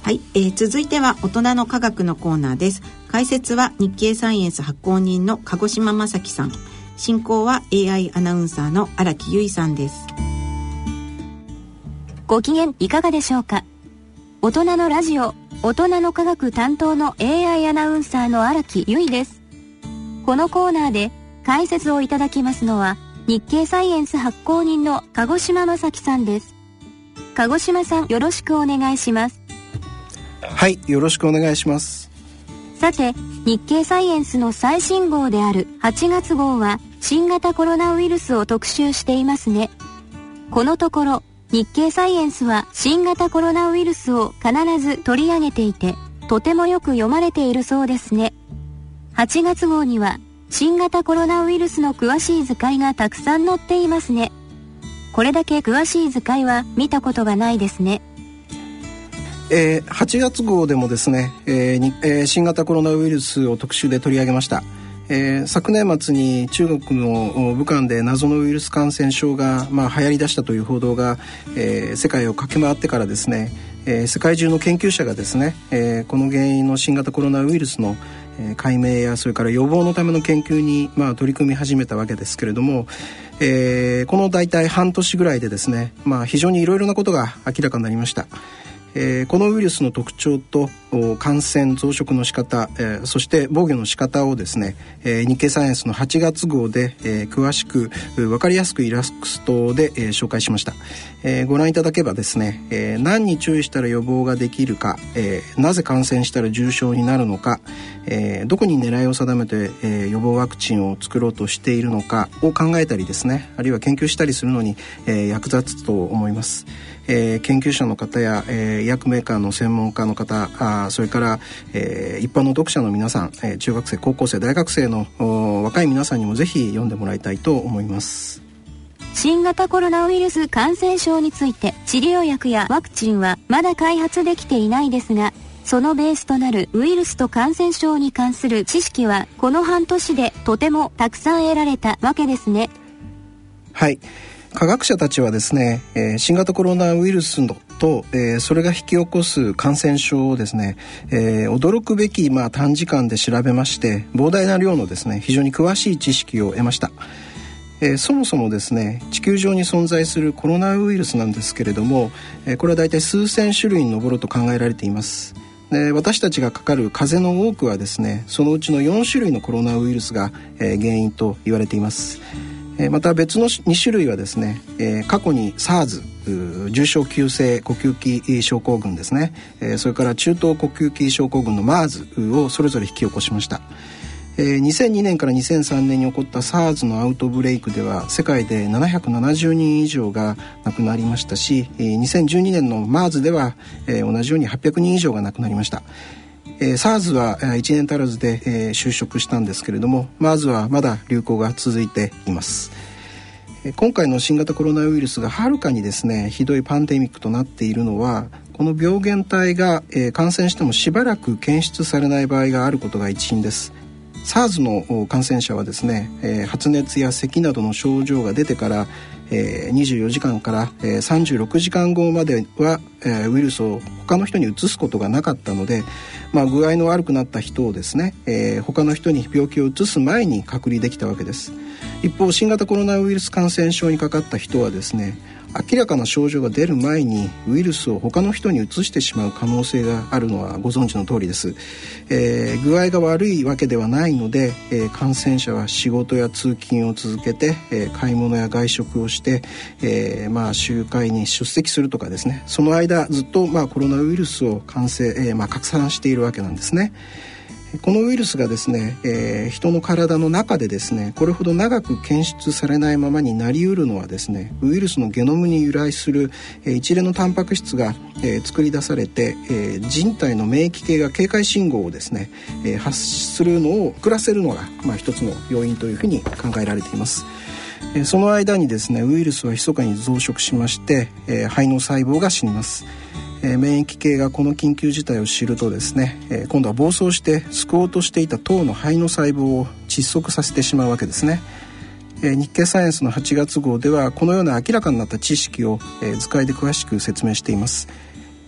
はい、続いては大人の科学のコーナーです。解説は日経サイエンス発行人の鹿児島正樹さん、進行は AI アナウンサーの荒木由衣さんです。 ご機嫌いかがでしょうか。大人のラジオ、大人の科学担当の AI アナウンサーの荒木由衣です。このコーナーで解説をいただきますのは日経サイエンス発行人の鹿児島正樹さんです。鹿児島さん、よろしくお願いします。 はい、よろしくお願いします。 さて、日経サイエンスの最新号である8月号は新型コロナウイルスを特集していますね。このところ日経サイエンスは新型コロナウイルスを必ず取り上げていて、とてもよく読まれているそうですね。8月号には新型コロナウイルスの詳しい図解がたくさん載っていますね。これだけ詳しい図解は見たことがないですね。 8月号でもですね、新型コロナウイルスを特集で取り上げました。昨年末に中国の武漢で謎のウイルス感染症が、流行り出したという報道が、世界を駆け回ってからですね、世界中の研究者がですね、この原因の新型コロナウイルスの解明やそれから予防のための研究に、取り組み始めたわけですけれども、この大体半年ぐらいでですね、非常にいろいろなことが明らかになりました。このウイルスの特徴と感染増殖の仕方、そして防御の仕方をですね、日経サイエンスの8月号で、詳しく分かりやすくイラストで、紹介しました。ご覧いただけばですね、何に注意したら予防ができるか、なぜ感染したら重症になるのか、どこに狙いを定めて、予防ワクチンを作ろうとしているのかを考えたりですね、あるいは研究したりするのに、役立つと思います。研究者の方や、医薬メーカーの専門家の方、それから、一般の読者の皆さん、中学生、高校生、大学生の若い皆さんにもぜひ読んでもらいたいと思います。 新型コロナウイルス感染症について治療薬やワクチンはまだ開発できていないですが、そのベースとなるウイルスと感染症に関する知識はこの半年でとてもたくさん得られたわけですね。 はい、科学者たちはですね、新型コロナウイルスと、それが引き起こす感染症をですね、驚くべき、短時間で調べまして、膨大な量のですね、非常に詳しい知識を得ました。そもそもですね、地球上に存在するコロナウイルスなんですけれども、これは大体数千種類に上ると考えられています。私たちがかかる風邪の多くはですね、そのうちの4種類のコロナウイルスが、原因と言われています。また別の2種類はですね、過去に SARS、重症急性呼吸器症候群ですね、それから中等呼吸器症候群の MERS をそれぞれ引き起こしました。2002年から2003年に起こった SARS のアウトブレイクでは世界で770人以上が亡くなりましたし、2012年の MERS では同じように800人以上が亡くなりました。SARS は1年足らずで収束したんですけれども、 MERS はまだ流行が続いています。今回の新型コロナウイルスがはるかにですね、ひどいパンデミックとなっているのは、この病原体が感染してもしばらく検出されない場合があることが一因です。SARS の感染者はですね、発熱や咳などの症状が出てから24時間から36時間後まではウイルスを他の人に移すことがなかったので、具合の悪くなった人をですね、他の人に病気を移す前に隔離できたわけです。一方、新型コロナウイルス感染症にかかった人はですね、明らかな症状が出る前にウイルスを他の人に移してしまう可能性があるのはご存知の通りです。具合が悪いわけではないので、感染者は仕事や通勤を続けて、買い物や外食をして、集会に出席するとかですね、その間ずっとコロナウイルスを拡散しているわけなんですね。このウイルスがですね、人の体の中でですね、これほど長く検出されないままになりうるのはですね、ウイルスのゲノムに由来する一連のタンパク質が作り出されて、人体の免疫系が警戒信号をですね、発するのを遅らせるのが、一つの要因というふうに考えられています。その間にですね、ウイルスは密かに増殖しまして、肺の細胞が死にます。免疫系がこの緊急事態を知るとですね、今度は暴走して救おうとしていた当の肺の細胞を窒息させてしまうわけですね。日経サイエンスの8月号ではこのような明らかになった知識を図解で詳しく説明しています。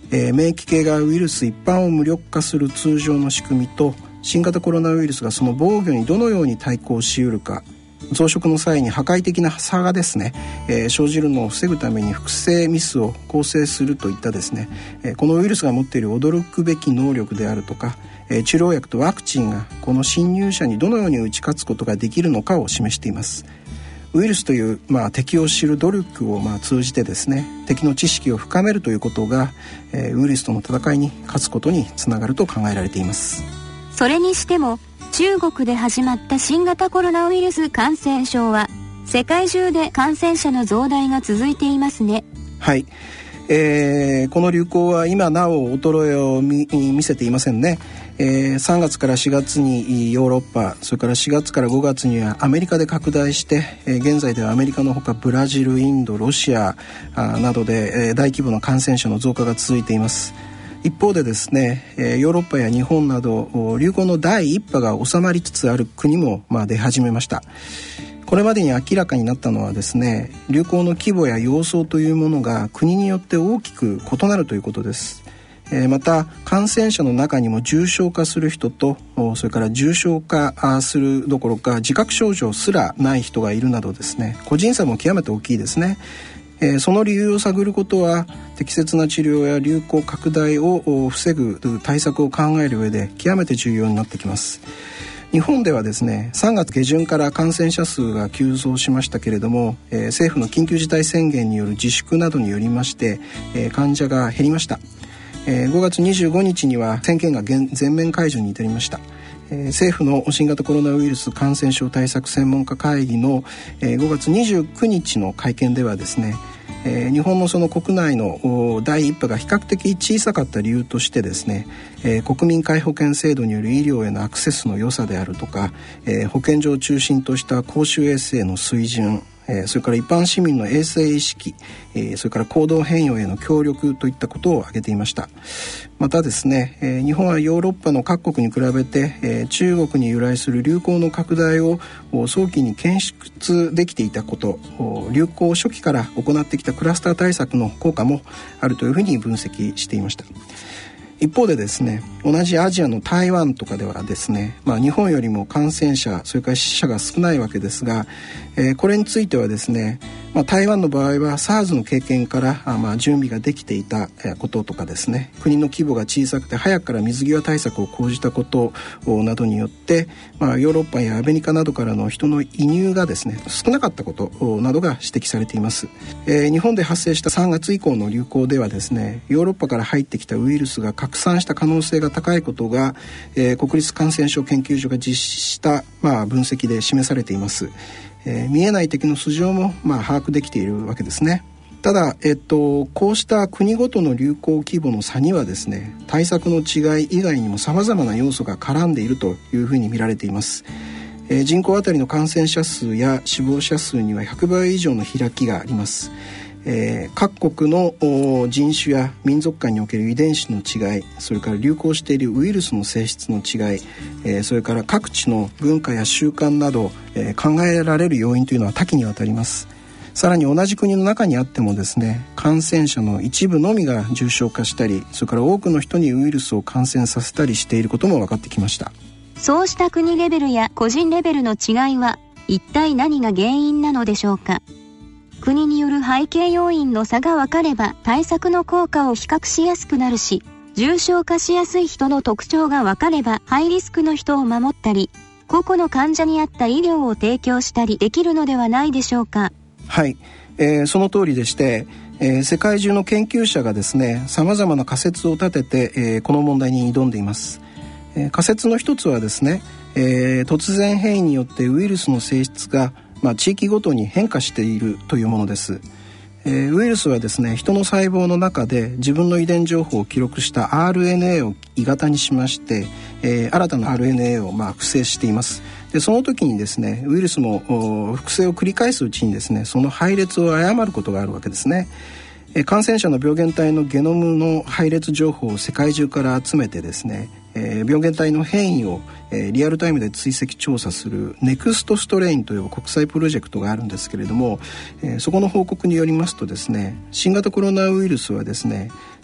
免疫系がウイルス一般を無力化する通常の仕組みと、新型コロナウイルスがその防御にどのように対抗しうるか、増殖の際に破壊的な差がですね、生じるのを防ぐために複製ミスを構成するといったですね、このウイルスが持っている驚くべき能力であるとか、治療薬とワクチンがこの侵入者にどのように打ち勝つことができるのかを示しています。ウイルスという、敵を知る努力を通じてですね、敵の知識を深めるということが、ウイルスとの戦いに勝つことにつながると考えられています。 それにしても中国で始まった新型コロナウイルス感染症は世界中で感染者の増大が続いていますね。 はい、この流行は今なお衰えを見せていませんね。3月から4月にヨーロッパ、それから4月から5月にはアメリカで拡大して、現在ではアメリカのほかブラジル、インド、ロシアなどで、大規模な感染者の増加が続いています。一方でですね、ヨーロッパや日本など流行の第一波が収まりつつある国も出始めました。これまでに明らかになったのはですね、流行の規模や様相というものが国によって大きく異なるということです。また感染者の中にも重症化する人と、それから重症化するどころか自覚症状すらない人がいるなどですね、個人差も極めて大きいですね。その理由を探ることは適切な治療や流行拡大を防ぐ対策を考える上で極めて重要になってきます。日本ではですね、3月下旬から感染者数が急増しましたけれども、政府の緊急事態宣言による自粛などによりまして、患者が減りました。5月25日には宣言が全面解除に至りました。政府の新型コロナウイルス感染症対策専門家会議の5月29日の会見ではですね、日本のその国内の第一波が比較的小さかった理由としてですね、国民皆保険制度による医療へのアクセスの良さであるとか、保健所を中心とした公衆衛生の水準、それから一般市民の衛生意識、それから行動変容への協力といったことを挙げていました。またですね、日本はヨーロッパの各国に比べて、中国に由来する流行の拡大を早期に検出できていたこと、流行初期から行ってきたクラスター対策の効果もあるというふうに分析していました。一方でですね、同じアジアの台湾とかではですね、日本よりも感染者、それから死者が少ないわけですが、これについてはですね、台湾の場合は SARS の経験から準備ができていたこととかですね、国の規模が小さくて早くから水際対策を講じたことなどによって、ヨーロッパやアメリカなどからの人の移入がですね、少なかったことなどが指摘されています。日本で発生した3月以降の流行ではですね、ヨーロッパから入ってきたウイルスが拡散した可能性が高いことが、国立感染症研究所が実施した、分析で示されています。見えない敵の素性も、把握できているわけですね。ただ、こうした国ごとの流行規模の差にはですね、対策の違い以外にも様々な要素が絡んでいるというふうに見られています。人口あたりの感染者数や死亡者数には100倍以上の開きがあります。各国の人種や民族間における遺伝子の違い、それから流行しているウイルスの性質の違い、それから各地の文化や習慣など、考えられる要因というのは多岐にわたります。さらに同じ国の中にあってもですね、感染者の一部のみが重症化したり、それから多くの人にウイルスを感染させたりしていることも分かってきました。 そうした国レベルや個人レベルの違いは一体何が原因なのでしょうか。国による背景要因の差が分かれば対策の効果を比較しやすくなるし、重症化しやすい人の特徴が分かればハイリスクの人を守ったり、個々の患者に合った医療を提供したりできるのではないでしょうか。 はい、その通りでして、世界中の研究者がですね、様々な仮説を立てて、この問題に挑んでいます。仮説の一つはですね、突然変異によってウイルスの性質が地域ごとに変化しているというものです。ウイルスはですね、人の細胞の中で自分の遺伝情報を記録した RNA を異型にしまして、新たな RNA を複製しています。で、その時にですね、ウイルスも複製を繰り返すうちにですね、その配列を誤ることがあるわけですね。感染者の病原体のゲノムの配列情報を世界中から集めてですね、病原体の変異を、リアルタイムで追跡調査するネクストストレインという国際プロジェクトがあるんですけれども、そこの報告によりますとですね、新型コロナウイルスはですね、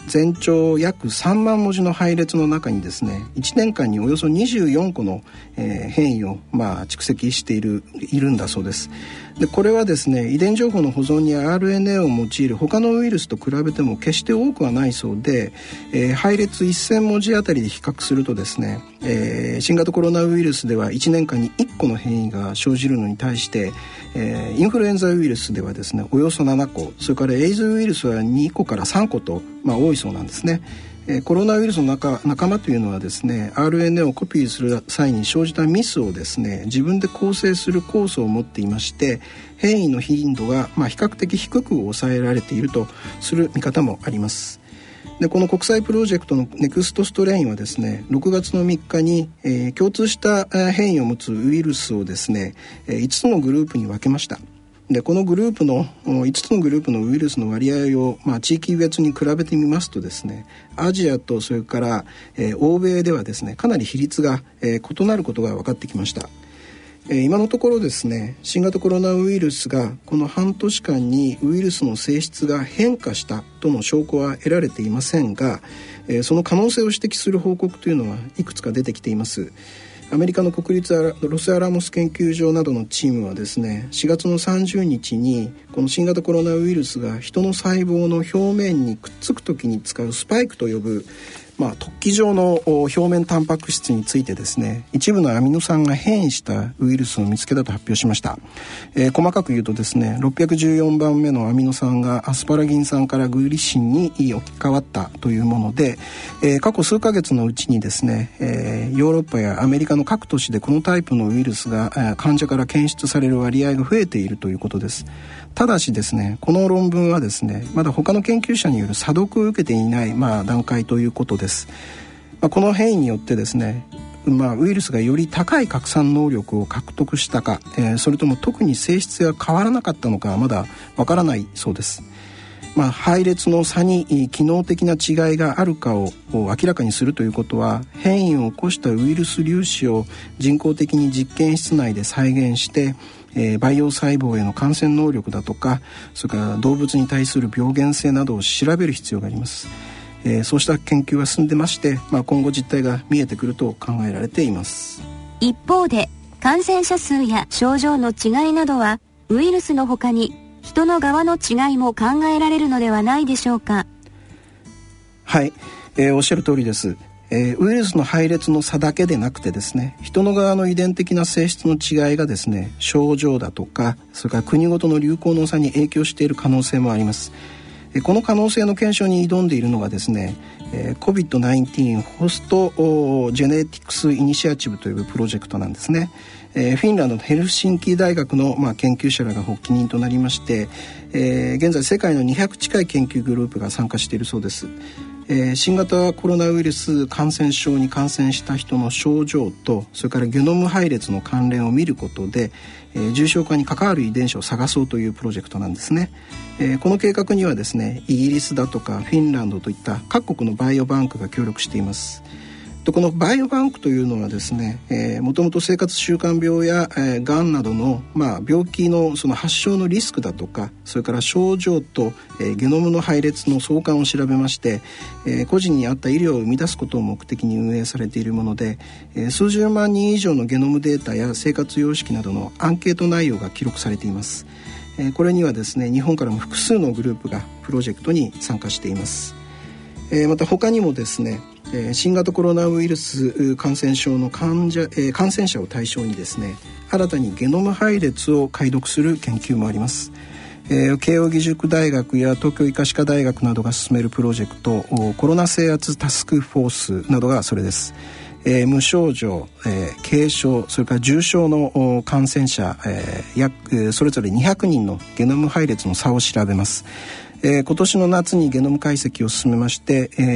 全長約3万文字の配列の中にですね、1年間におよそ24個の、変異を、蓄積しているんだそうです。でこれはですね、遺伝情報の保存に RNA を用いる他のウイルスと比べても決して多くはないそうで、配列1000文字あたりで比較するとですね、新型コロナウイルスでは1年間に1個の変異が生じるのに対して、インフルエンザウイルスではですね、およそ7個、それからエイズウイルスは2個から3個と、多いそうなんですね。コロナウイルスの仲間というのはですね、 RNA をコピーする際に生じたミスをですね、自分で構成する酵素を持っていまして、変異の頻度が比較的低く抑えられているとする見方もあります。でこの国際プロジェクトのネクストストレインはですね、6月の3日に、共通した変異を持つウイルスをですね、5つのグループに分けました。でこのグループの5つのグループのウイルスの割合を、地域別に比べてみますとですね、アジアとそれから、欧米ではですね、かなり比率が、異なることが分かってきました。今のところですね、新型コロナウイルスがこの半年間にウイルスの性質が変化したとの証拠は得られていませんが、その可能性を指摘する報告というのはいくつか出てきています。アメリカの国立ロスアラモス研究所などのチームはですね、4月の30日にこの新型コロナウイルスが人の細胞の表面にくっつくときに使うスパイクと呼ぶ突起状の表面タンパク質についてですね、一部のアミノ酸が変異したウイルスを見つけたと発表しました。細かく言うとですね、614番目のアミノ酸がアスパラギン酸からグリシンに置き換わったというもので、過去数ヶ月のうちにですね、ヨーロッパやアメリカの各都市でこのタイプのウイルスが患者から検出される割合が増えているということです。ただしですね、この論文はですね、まだ他の研究者による査読を受けていない、段階ということです。この変異によってですね、ウイルスがより高い拡散能力を獲得したか、それとも特に性質が変わらなかったのかまだわからないそうです。配列の差に機能的な違いがあるかを明らかにするということは、変異を起こしたウイルス粒子を人工的に実験室内で再現して培養細胞への感染能力だとか、それから動物に対する病原性などを調べる必要があります。そうした研究が進んでまして、今後実態が見えてくると考えられています。 一方で、感染者数や症状の違いなどはウイルスの他に人の側の違いも考えられるのではないでしょうか。 はい、おっしゃる通りです。ウイルスの配列の差だけでなくてですね、人の側の遺伝的な性質の違いがですね、症状だとか、それから国ごとの流行の差に影響している可能性もあります。この可能性の検証に挑んでいるのがですね、COVID-19 ホストジェネティクスイニシアチブというプロジェクトなんですね。フィンランドのヘルシンキ大学の研究者らが発起人となりまして、現在世界の200近い研究グループが参加しているそうです。新型コロナウイルス感染症に感染した人の症状と、それからゲノム配列の関連を見ることで、重症化に関わる遺伝子を探そうというプロジェクトなんですね。この計画にはですね、イギリスだとかフィンランドといった各国のバイオバンクが協力しています。このバイオバンクというのはですね、もともと生活習慣病や、がんなどの、病気のその発症のリスクだとか、それから症状と、ゲノムの配列の相関を調べまして、個人に合った医療を生み出すことを目的に運営されているもので、数十万人以上のゲノムデータや生活様式などのアンケート内容が記録されています。これにはですね、日本からも複数のグループがプロジェクトに参加しています。また他にもですね、新型コロナウイルス感染症の感染者を対象にですね、新たにゲノム配列を解読する研究もあります。慶應義塾大学や東京医科歯科大学などが進めるプロジェクト、コロナ制圧タスクフォースなどがそれです。無症状、軽症、それから重症の感染者、それぞれ200人のゲノム配列の差を調べます。今年の夏にゲノム解析を進めまして、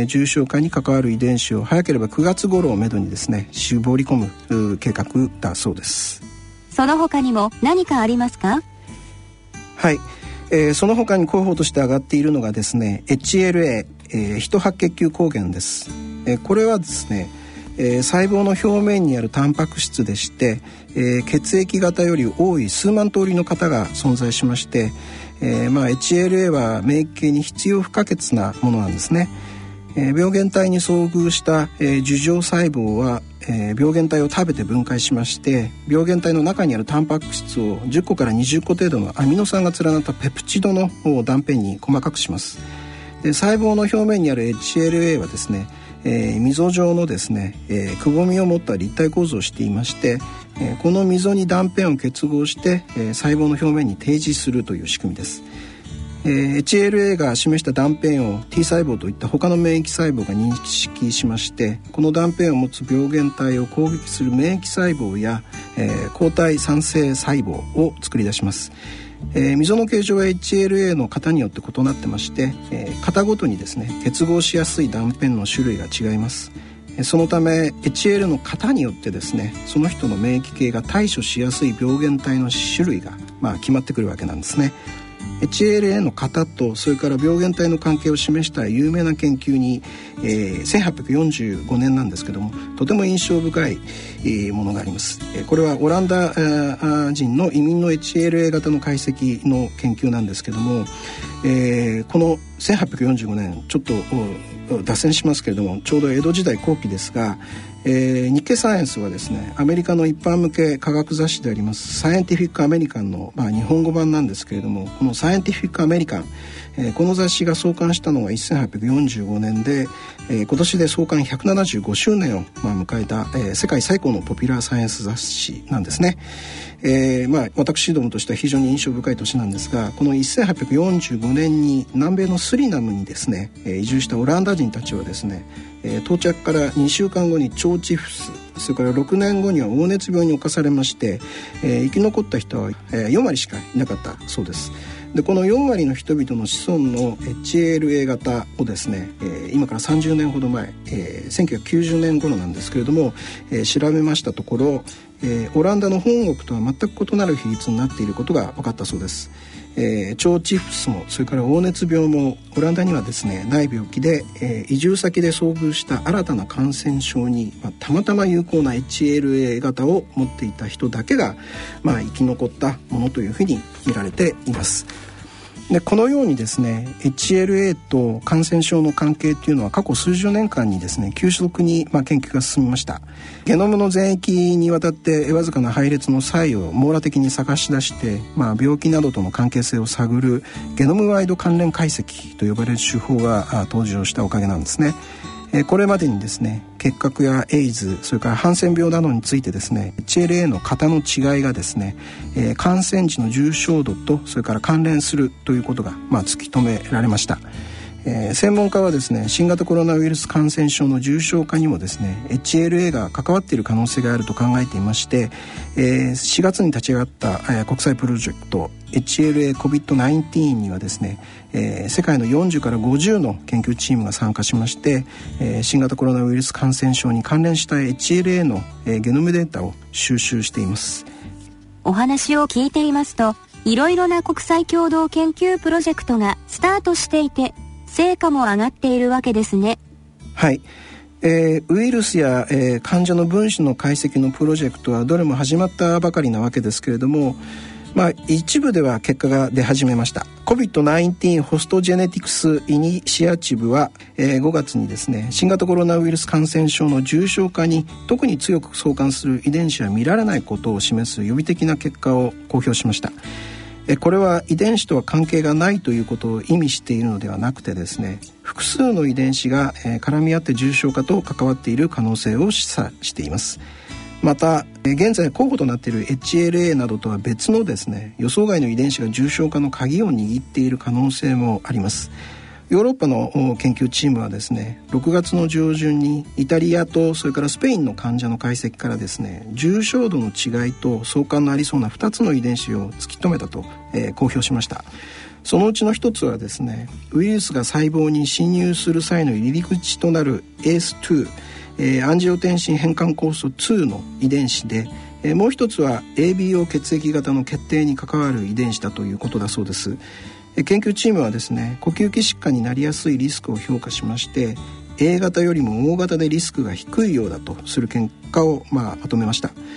重症化に関わる遺伝子を早ければ9月頃をめどにですね、絞り込む計画だそうです。 その他にも何かありますか？ はい、その他に候補として挙がっているのがですね、 HLA、ヒト白血球抗原です。これはですね、細胞の表面にあるタンパク質でして、血液型より多い数万通りの型が存在しまして、HLA は免疫系に必要不可欠なものなんですね。 病原体に遭遇した、樹状細胞は、病原体を食べて分解しまして、病原体の中にあるタンパク質を10個から20個程度のアミノ酸が連なったペプチドの断片に細かくします。で、細胞の表面にある HLA はですね、溝状のですね、くぼみを持った立体構造をしていまして、この溝に断片を結合して、細胞の表面に提示するという仕組みです。HLA が示した断片を T 細胞といった他の免疫細胞が認識しまして、この断片を持つ病原体を攻撃する免疫細胞や、抗体産生細胞を作り出します。溝の形状は HLA の型によって異なってまして、型ごとにですね、結合しやすい断片の種類が違います。そのため HL の型によってですね、その人の免疫系が対処しやすい病原体の種類が、決まってくるわけなんですね。HLA の型とそれから病原体の関係を示した有名な研究に、1845年なんですけども、とても印象深い、ものがあります。これはオランダ人の移民の HLA 型の解析の研究なんですけども、この1845年ちょっと脱線しますけれども、ちょうど江戸時代後期ですが、日経サイエンスはですね、アメリカの一般向け科学雑誌でありますサイエンティフィックアメリカンの、日本語版なんですけれども、このサイエンティフィックアメリカン、この雑誌が創刊したのは1845年で、今年で創刊175周年を、迎えた、世界最高のポピュラーサイエンス雑誌なんですね。私どもとしては非常に印象深い年なんですが、この1845年に南米のスリナムにですね、移住したオランダ人たちはですね、到着から2週間後に腸チフス、それから6年後には黄熱病に侵されまして、生き残った人は、4割しかいなかったそうです。で、この4割の人々の子孫の HLA 型をですね、今から30年ほど前、1990年頃なんですけれども、調べましたところ、オランダの本国とは全く異なる比率になっていることが分かったそうです。腸チフスもそれから黄熱病もオランダにはですね、ない病気で、移住先で遭遇した新たな感染症に、たまたま有効な HLA 型を持っていた人だけが、生き残ったものというふうに見られています。で、このようにですね、 HLA と感染症の関係というのは過去数十年間にですね、急速に研究が進みました。ゲノムの全域にわたってわずかな配列の差異を網羅的に探し出して、病気などとの関係性を探るゲノムワイド関連解析と呼ばれる手法が登場したおかげなんですね。これまでにですね、結核やエイズ、それからハンセン病などについてですね、 HLA の型の違いがですね、感染時の重症度とそれから関連するということが、突き止められました。専門家はですね、新型コロナウイルス感染症の重症化にもですね、 HLA が関わっている可能性があると考えていまして、4月に立ち上がった、国際プロジェクト HLA COVID-19 にはですね、世界の40から50の研究チームが参加しまして、新型コロナウイルス感染症に関連した HLA の、ゲノムデータを収集しています。 お話を聞いていますと、いろいろな国際共同研究プロジェクトがスタートしていて、成果も上がっているわけですね。はい。 ウイルスや、患者の分子の解析のプロジェクトはどれも始まったばかりなわけですけれども、一部では結果が出始めました。 COVID-19 ホストジェネティクスイニシアチブは、5月にですね、新型コロナウイルス感染症の重症化に特に強く相関する遺伝子は見られないことを示す予備的な結果を公表しました。これは遺伝子とは関係がないということを意味しているのではなくてですね、複数の遺伝子が絡み合って重症化と関わっている可能性を示唆しています。また現在候補となっている HLA などとは別のですね、予想外の遺伝子が重症化の鍵を握っている可能性もあります。ヨーロッパの研究チームはですね、6月の上旬にイタリアとそれからスペインの患者の解析からですね、重症度の違いと相関のありそうな2つの遺伝子を突き止めたと、公表しました。そのうちの一つはですね、ウイルスが細胞に侵入する際の入り口となる ACE2、アンジオテンシン変換酵素2の遺伝子で、もう一つは ABO 血液型の決定に関わる遺伝子だということだそうです。研究チームはですね、呼吸器疾患になりやすいリスクを評価しまして、 A 型よりも O 型でリスクが低いようだとする結果をまとめました。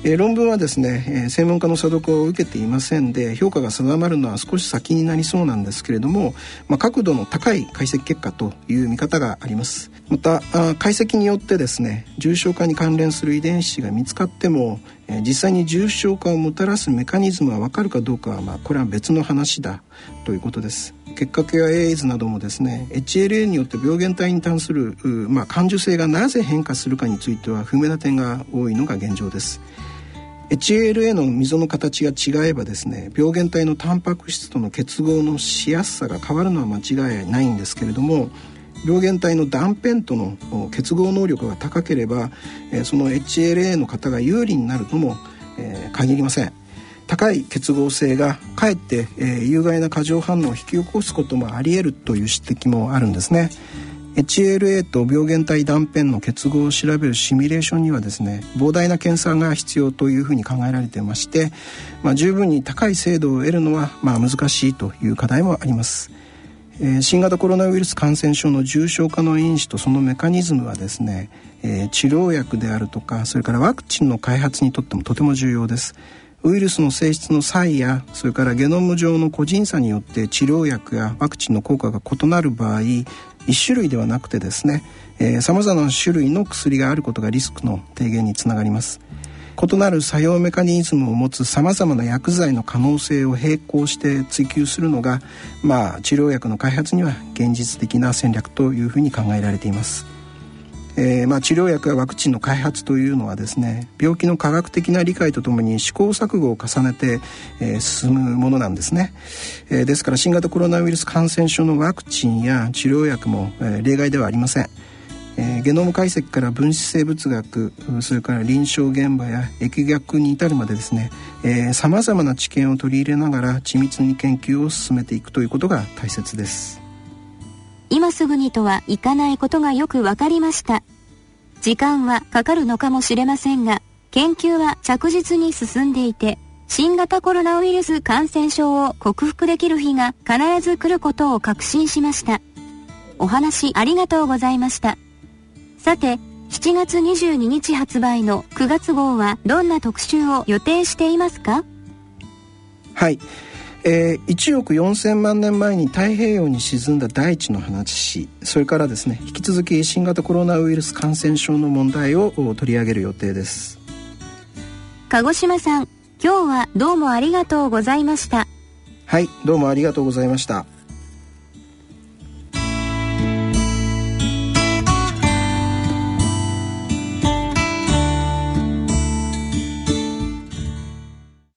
論文はですね、専門家の査読を受けていませんで、評価が定まるのは少し先になりそうなんですけれども、角度の高い解析結果という見方があります。また解析によってですね、重症化に関連する遺伝子が見つかっても、実際に重症化をもたらすメカニズムは分かるかどうかは、これは別の話だということです。結核やエイズなどもですね、 HLA によって病原体に関する感受性がなぜ変化するかについては不明な点が多いのが現状です。HLA の溝の形が違えばですね、病原体のタンパク質との結合のしやすさが変わるのは間違いないんですけれども、病原体の断片との結合能力が高ければ、その HLA の型が有利になるとも限りません。高い結合性がかえって、有害な過剰反応を引き起こすこともあり得るという指摘もあるんですね。HLA と病原体断片の結合を調べるシミュレーションにはですね、膨大な検査が必要というふうに考えられていまして、十分に高い精度を得るのは難しいという課題もあります。新型コロナウイルス感染症の重症化の因子とそのメカニズムはですね、治療薬であるとか、それからワクチンの開発にとってもとても重要です。ウイルスの性質の差異や、それからゲノム上の個人差によって治療薬やワクチンの効果が異なる場合、一種類ではなくてですね、様々な種類の薬があることがリスクの低減につながります。異なる作用メカニズムを持つ様々な薬剤の可能性を並行して追求するのが、治療薬の開発には現実的な戦略というふうに考えられています。治療薬やワクチンの開発というのはですね、病気の科学的な理解とともに試行錯誤を重ねて、進むものなんですね。ですから新型コロナウイルス感染症のワクチンや治療薬も、例外ではありません。ゲノム解析から分子生物学、それから臨床現場や疫学に至るまでですね、様々な知見を取り入れながら緻密に研究を進めていくということが大切です。 今すぐにとはいかないことがよくわかりました。時間はかかるのかもしれませんが、研究は着実に進んでいて、新型コロナウイルス感染症を克服できる日が必ず来ることを確信しました。お話ありがとうございました。さて、7月22日発売の9月号はどんな特集を予定していますか？ はい。1億4000万年前に太平洋に沈んだ大地の話、それからですね、引き続き新型コロナウイルス感染症の問題を取り上げる予定です。 鹿児島さん、今日はどうもありがとうございました。 はい、どうもありがとうございました。